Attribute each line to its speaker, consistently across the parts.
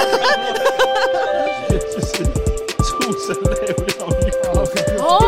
Speaker 1: 就是畜生类料理。
Speaker 2: 哦，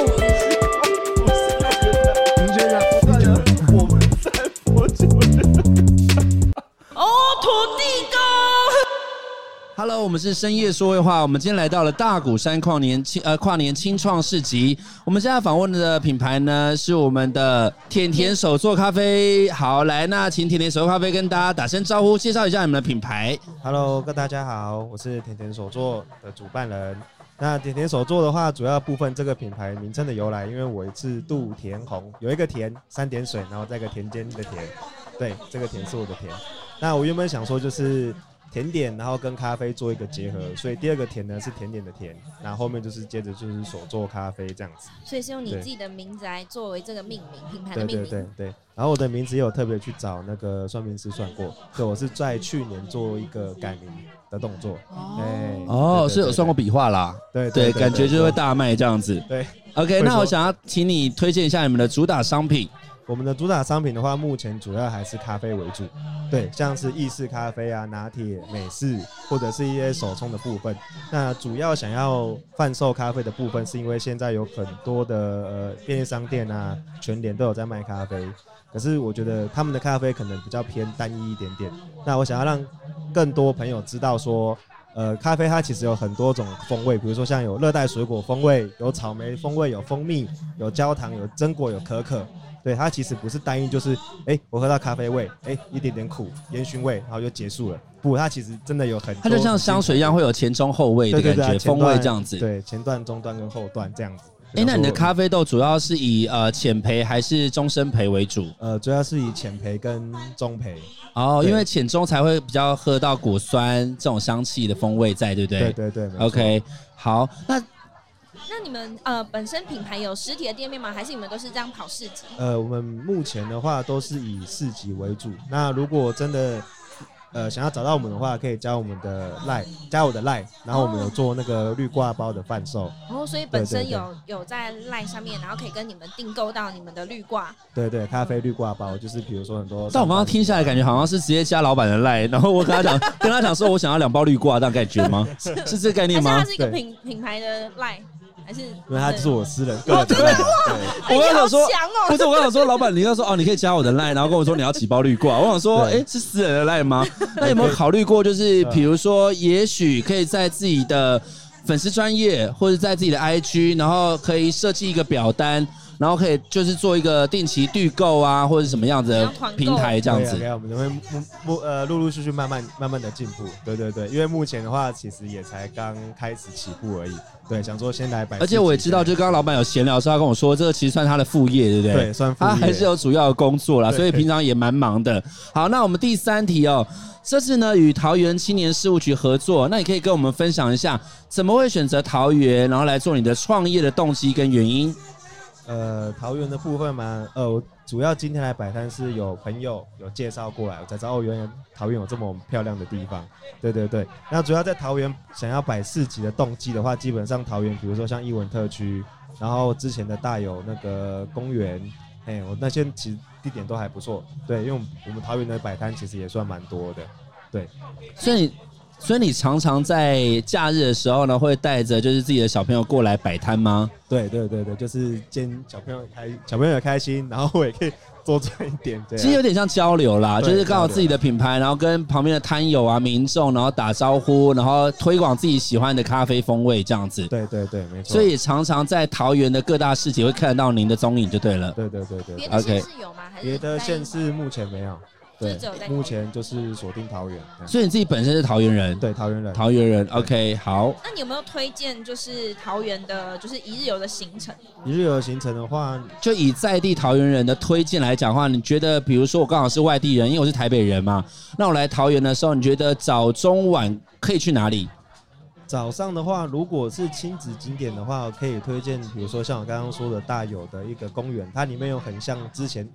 Speaker 1: 你觉得我们在佛酒
Speaker 2: 哦，土地公。
Speaker 3: Hello， 我们是深夜说会话。我们今天来到了大鼓山跨年青创市集。我们现在访问的品牌呢是我们的甜甜手作咖啡。好，来，那请甜甜手作咖啡跟大家打声招呼，介绍一下你们的品牌。
Speaker 4: Hello， 大家好，我是甜甜手作的主办人。那甜甜手作的话，主要部分这个品牌名称的由来，因为我是杜田红，有一个田3点水，然后再一个田间的田，对，这个田是我的田。那我原本想说就是甜点，然后跟咖啡做一个结合，所以第二个甜呢是甜点的甜，然后后面就是接着就是手做咖啡这样子。
Speaker 2: 所以是用你自己的名字来作为这个命名，品牌的命名。
Speaker 4: 对。然后我的名字也有特别去找那个算命师算过，对，我是在去年做一个改名的动作。
Speaker 3: 是有算过笔画啦。对，感觉就会大卖这样子。
Speaker 4: 对
Speaker 3: ，OK， 那我想要请你推荐一下你们的主打商品。
Speaker 4: 我们的主打商品的话，目前主要还是咖啡为主，对，像是意式咖啡啊、拿铁、美式，或者是一些手冲的部分。那主要想要贩售咖啡的部分，是因为现在有很多的便利商店啊、全联都有在卖咖啡，可是我觉得他们的咖啡可能比较偏单一一点点。那我想要让更多朋友知道说，咖啡它其实有很多种风味，比如说像有热带水果风味、有草莓风味、有蜂蜜、有焦糖、有榛果、有可可。对，它其实不是单一，就是我喝到咖啡味，一点点苦，烟熏味，然后就结束了。不，它其实真的有很多，
Speaker 3: 它就像香水一样，会有前中后味的感觉，风味这样子。
Speaker 4: 对，前段、中段跟后段这样子。
Speaker 3: 那你的咖啡豆主要是以浅焙还是中深焙为主？
Speaker 4: 主要是以浅焙跟中焙。
Speaker 3: 哦，因为浅中才会比较喝到果酸这种香气的风味在，对不对？
Speaker 4: 对。
Speaker 3: OK， 好，
Speaker 2: 那你们本身品牌有实体的店面吗？还是你们都是这样跑市集？
Speaker 4: 我们目前的话都是以市集为主。那如果真的想要找到我们的话，可以加我们的 LINE， 加我的 LINE， 然后我们有做那个绿挂包的贩售。
Speaker 2: 所以本身有在 LINE 上面，然后可以跟你们订购到你们的绿挂。
Speaker 4: 对，咖啡绿挂包就是比如说很多。
Speaker 3: 但我刚刚听下来，感觉好像是直接加老板的 LINE， 然后我跟他讲说我想要2包绿挂，这样感觉吗？是这概念吗？
Speaker 2: 还是它是一个品牌的 LINE？还是
Speaker 4: 因为他就是我私人个人的 LINE，
Speaker 3: 我刚想说，不是，我刚想说，老板，你要说你可以加我的 LINE， 然后跟我说你要几包绿挂，我想说，是私人的 LINE 吗？那有没有考虑过，就是比如说，也许可以在自己的粉丝专页或者在自己的 IG， 然后可以设计一个表单，然后可以就是做一个定期预购啊，或者什么样子的平台这样子。
Speaker 4: 我们会陆陆续续慢慢的进步。对，因为目前的话，其实也才刚开始起步而已。对，想说先来摆。
Speaker 3: 而且我也知道，就刚刚老板有闲聊的时候，他跟我说，这个其实算他的副业，对不对？
Speaker 4: 对，算副业。
Speaker 3: 他还是有主要的工作啦，所以平常也蛮忙的。好，那我们第3题哦，这次呢与桃园青年事务局合作，那你可以跟我们分享一下，怎么会选择桃园，然后来做你的创业的动机跟原因？
Speaker 4: 桃园的部分嘛，我主要今天来摆摊是有朋友有介绍过来，我才知道原来桃园有这么漂亮的地方。对，那主要在桃园想要摆市集的动机的话，基本上桃园比如说像艺文特区，然后之前的大有那个公园，我那些其实地点都还不错。对，因为我们桃园的摆摊其实也算蛮多的。对，
Speaker 3: 所以你常常在假日的时候呢，会带着就是自己的小朋友过来摆摊吗？
Speaker 4: 对，就是见小朋友也开心，然后我也可以多赚一点。
Speaker 3: 其实有点像交流啦，就是刚好自己的品牌，然后跟旁边的摊友啊、民众，然后打招呼，然后推广自己喜欢的咖啡风味这样子。
Speaker 4: 对，没错。
Speaker 3: 所以常常在桃园的各大市集会看得到您的踪影就对了。
Speaker 4: 对。
Speaker 2: 别的县市有吗？还是
Speaker 4: 别的县市目前没有。对，目前就是锁定桃园。
Speaker 3: 所以你自己本身是桃园人？
Speaker 4: 对，桃园人。
Speaker 3: OK， 好。
Speaker 2: 那你有没有推荐就是桃园的，就是一日游的行程？
Speaker 4: 一日游的行程的话，
Speaker 3: 就以在地桃园人的推荐来讲的话，你觉得，比如说我刚好是外地人，因为我是台北人嘛，那我来桃园的时候，你觉得早中晚可以去哪里？
Speaker 4: 早上的话，如果是亲子景点的话，可以推荐，比如说像我刚刚说的大有的一个公园，它里面有很像之前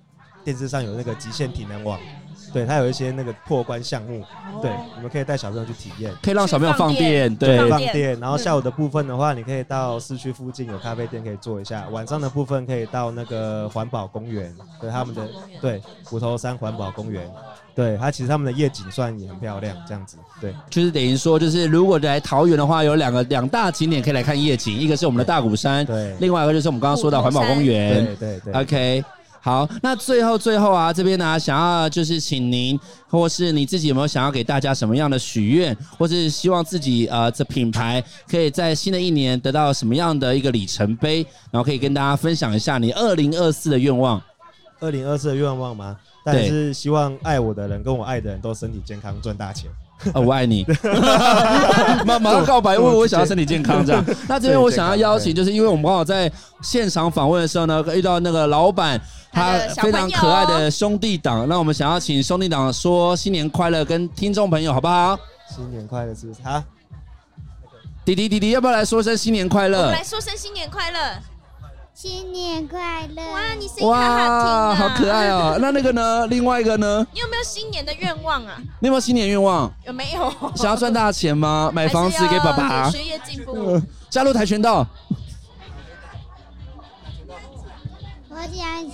Speaker 4: 电视上有那个极限体能网。对，它有一些那个破关项目，对，你们可以带小朋友去体验，
Speaker 3: 可以让小朋友放电，对，
Speaker 4: 放电。然后下午的部分的话，你可以到市区附近有咖啡店可以坐一下。晚上的部分可以到那个环保公园，对他们的对虎头山环保公园，对它其实他们的夜景算也很漂亮，这样子，对，
Speaker 3: 就是等于说，就是如果来桃园的话，有两大景点可以来看夜景，一个是我们的大鼓山，
Speaker 4: 对，
Speaker 3: 另外一个就是我们刚刚说的环保公园，
Speaker 4: 对
Speaker 3: ，OK。好，那最后啊，这边呢，想要就是请您，或是你自己有没有想要给大家什么样的许愿，或是希望自己这品牌可以在新的一年得到什么样的一个里程碑，然后可以跟大家分享一下你2024的愿望。
Speaker 4: 2024的愿望吗？但是希望爱我的人跟我爱的人都身体健康，赚大钱。
Speaker 3: 我爱你，马上告白，我想要身体健康这样。那这边我想要邀请，就是因为我们刚好在现场访问的时候呢，遇到那个老板，他非常可爱的兄弟党，那我们想要请兄弟党说新年快乐，跟听众朋友好不好？
Speaker 4: 新年快乐是不是？好，
Speaker 3: 弟弟要不要来说声新年快乐？
Speaker 2: 我们来说声新年快乐。
Speaker 5: 新年快乐！
Speaker 2: 哇，你声音好好听啊，
Speaker 3: 好可爱哦。那个呢？另外一个呢？
Speaker 2: 你有没有新年的愿望啊？
Speaker 3: 你有没有新年愿望？
Speaker 2: 有没有？
Speaker 3: 想要赚大钱吗？买房子给爸爸？
Speaker 2: 学业进步？
Speaker 3: 加入跆拳道？
Speaker 5: 我想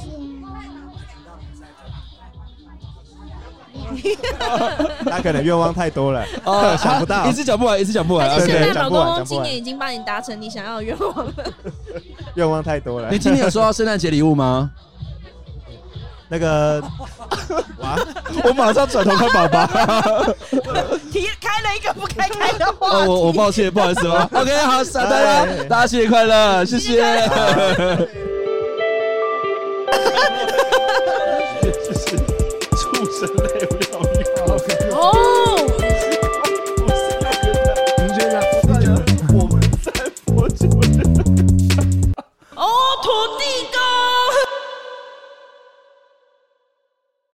Speaker 4: 他可能愿望太多了，想不到，
Speaker 3: 一次讲不完。
Speaker 2: 而且现在老公今年已经帮你达成你想要的愿望了，
Speaker 4: 愿望太多了。
Speaker 3: 你今年有收到圣诞节礼物吗？
Speaker 4: 那个，哇，
Speaker 3: 我马上转头看爸爸。
Speaker 2: 开了一个不该开的话题。
Speaker 3: 我抱歉，不好意思吗 ？OK， 好，大家新年快乐，谢谢。这是畜生类，不要。